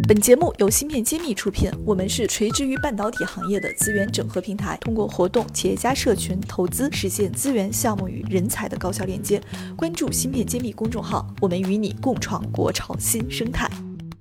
本节目由芯片揭秘出品，我们是垂直于半导体行业的资源整合平台，通过活动、企业家社群、投资，实现资源、项目与人才的高效链接。关注芯片揭秘公众号，我们与你共创国潮新生态。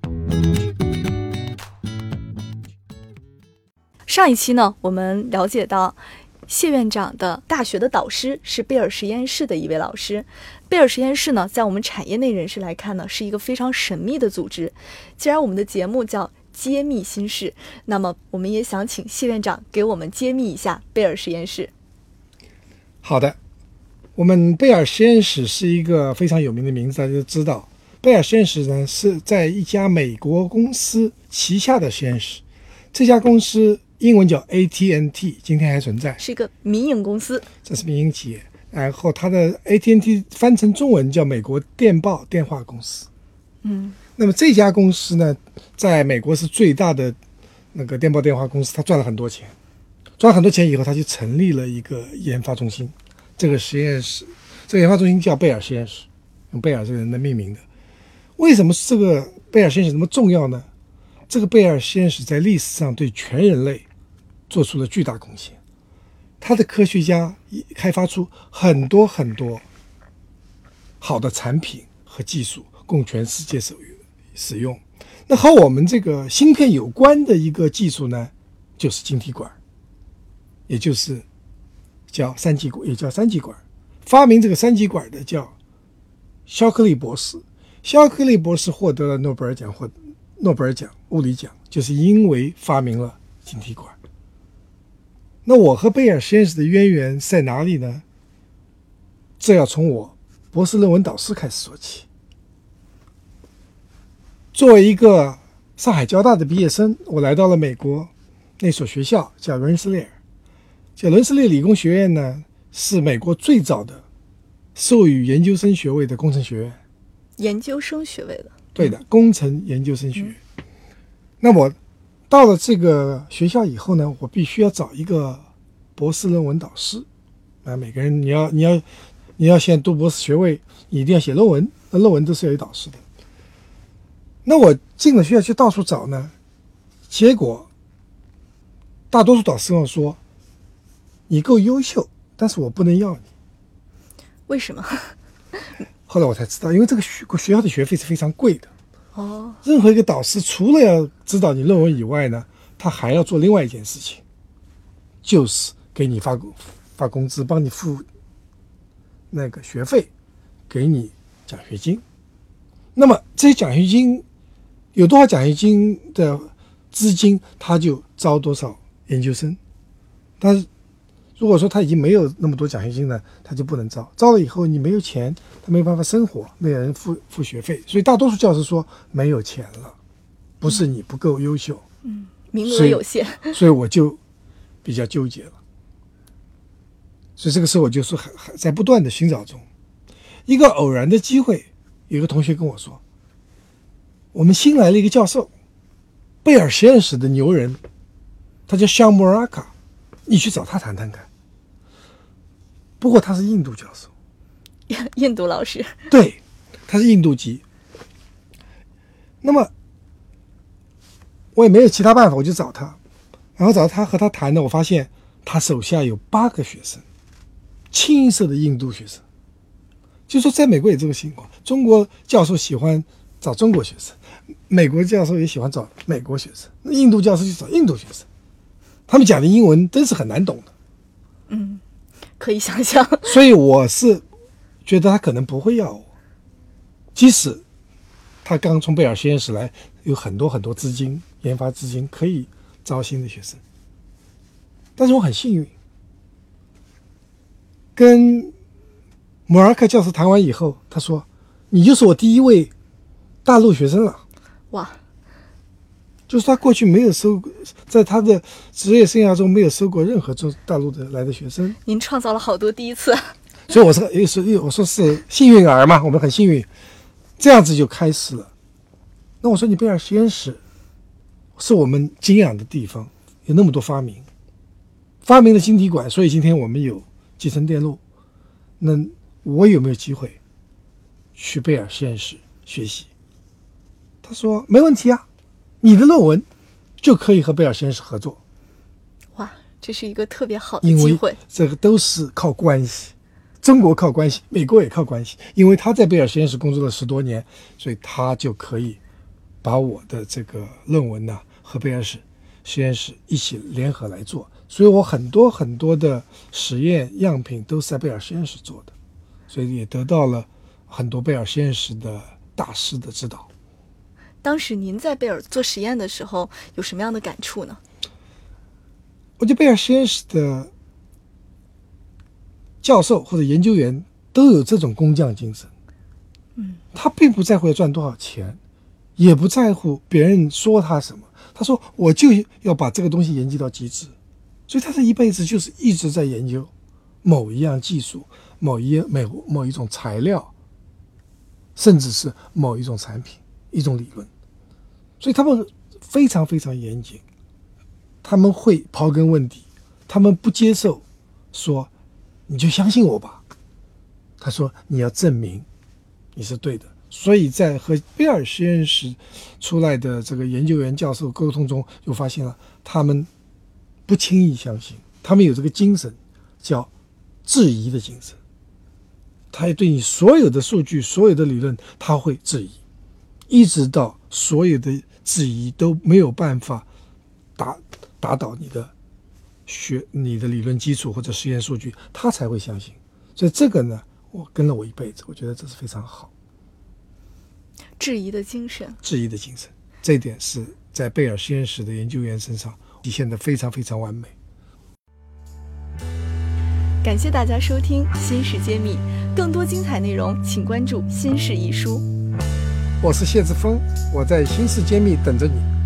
上一期呢，我们了解到谢院长的大学的导师是贝尔实验室的一位老师。贝尔实验室呢，在我们产业内人士来看呢，是一个非常神秘的组织。既然我们的节目叫揭秘新事，那么我们也想请谢院长给我们揭秘一下贝尔实验室。 好的，我们贝尔实验室是一个非常有名的名字，大家都知道。贝尔实验室呢是在一家美国公司旗下的实验室，这家公司英文叫 AT&T， 今天还存在， 是一个民营公司， 这是民营企业。然后它的 AT&T 翻成中文叫美国电报电话公司。那么这家公司呢，在美国是最大的那个电报电话公司，它赚了很多钱。赚了很多钱以后，它就成立了一个研发中心。这个实验室，这个研发中心叫贝尔实验室，用贝尔这个人的命名的。为什么这个贝尔实验室那么重要呢？这个贝尔实验室在历史上对全人类做出了巨大贡献。他的科学家开发出很多很多好的产品和技术，供全世界使用。那和我们这个芯片有关的一个技术呢，就是晶体管，也就是叫三极管。发明这个三极管的叫肖克利博士。肖克利博士获得了诺贝尔奖物理奖，就是因为发明了晶体管。那我和贝尔实验室的渊源在哪里呢？这要从我博士论文导师开始说起。作为一个上海交大的毕业生，我来到了美国那所学校，叫伦斯列尔。这伦斯列理工学院呢，是美国最早的授予研究生学位的工程学院。 研究生学位的？ 对的，工程研究生学院。那我到了这个学校以后呢，我必须要找一个博士论文导师。每个人你要先读博士学位，你一定要写论文，那论文都是要有导师的。那我进了学校去到处找呢，结果大多数导师跟我说，你够优秀，但是我不能要你。 为什么？ 后来我才知道，因为这个学校的学费是非常贵的。任何一个导师除了要指导你论文以外呢，他还要做另外一件事情，就是给你发工资，帮你付那个学费，给你奖学金。那么这些奖学金有多少奖学金的资金，他就招多少研究生。但是如果说他已经没有那么多奖学金了，他就不能招。招了以后你没有钱，他没有办法生活，没有人付学费。所以大多数教师说没有钱了，不是你不够优秀， 名额有限。 所以我就比较纠结了。所以这个时候我就说还在不断的寻找中。一个偶然的机会，有一个同学跟我说，我们新来了一个教授，贝尔实验室的牛人，他叫香莫拉卡，你去找他谈谈看。不过他是印度教授， 印度老师。 对，他是印度籍。那么我也没有其他办法，我就找他，然后和他谈呢，我发现他手下有8个学生，清一色的印度学生。就说在美国也这个情况，中国教授喜欢找中国学生，美国教授也喜欢找美国学生，那印度教授就找印度学生。他们讲的英文真是很难懂的。 可以想象。 所以我是觉得他可能不会要我，即使他刚从贝尔实验室来，有很多很多资金，研发资金可以招新的学生。但是我很幸运，跟姆尔克教授谈完以后，他说你就是我第一位大陆学生了。 哇， 就是他过去没有在他的职业生涯中没有收过任何从大陆来的学生。 您创造了好多第一次。 所以我说是幸运儿嘛，我们很幸运，这样子就开始了。那我说你贝尔实验室是我们敬仰的地方，有那么多发明了晶体管，所以今天我们有集成电路。那我有没有机会去贝尔实验室学习？他说没问题啊， 你的论文就可以和贝尔实验室合作。 哇，这是一个特别好的机会。 因为这个都是靠关系，中国靠关系，美国也靠关系。因为他在贝尔实验室工作了10多年，所以他就可以把我的这个论文呢和贝尔实验室一起联合来做。所以我很多很多的实验样品都是在贝尔实验室做的，所以也得到了很多贝尔实验室的大师的指导。 当时您在贝尔做实验的时候有什么样的感触呢？ 我觉得贝尔实验室的教授或者研究员都有这种工匠精神。他并不在乎要赚多少钱，也不在乎别人说他什么，他说我就要把这个东西研究到极致。所以他这一辈子就是一直在研究某一样技术，某一种材料，甚至是某一种产品，一种理论。所以他们非常非常严谨，他们会刨根问底，他们不接受说你就相信我吧，他说你要证明你是对的。所以在和贝尔实验室出来的这个研究员教授沟通中，就发现了他们不轻易相信，他们有这个精神叫质疑的精神。他也对你所有的数据，所有的理论他会质疑，一直到所有的质疑都没有办法打倒你的理论基础或者实验数据，他才会相信。所以这个呢，我跟了我一辈子，我觉得这是非常好。 质疑的精神， 这一点是在贝尔实验室的研究员身上体现得非常非常完美。 感谢大家收听《新事揭秘》，更多精彩内容请关注《新事一书》。 我是谢志峰，我在《新事揭秘》等着你。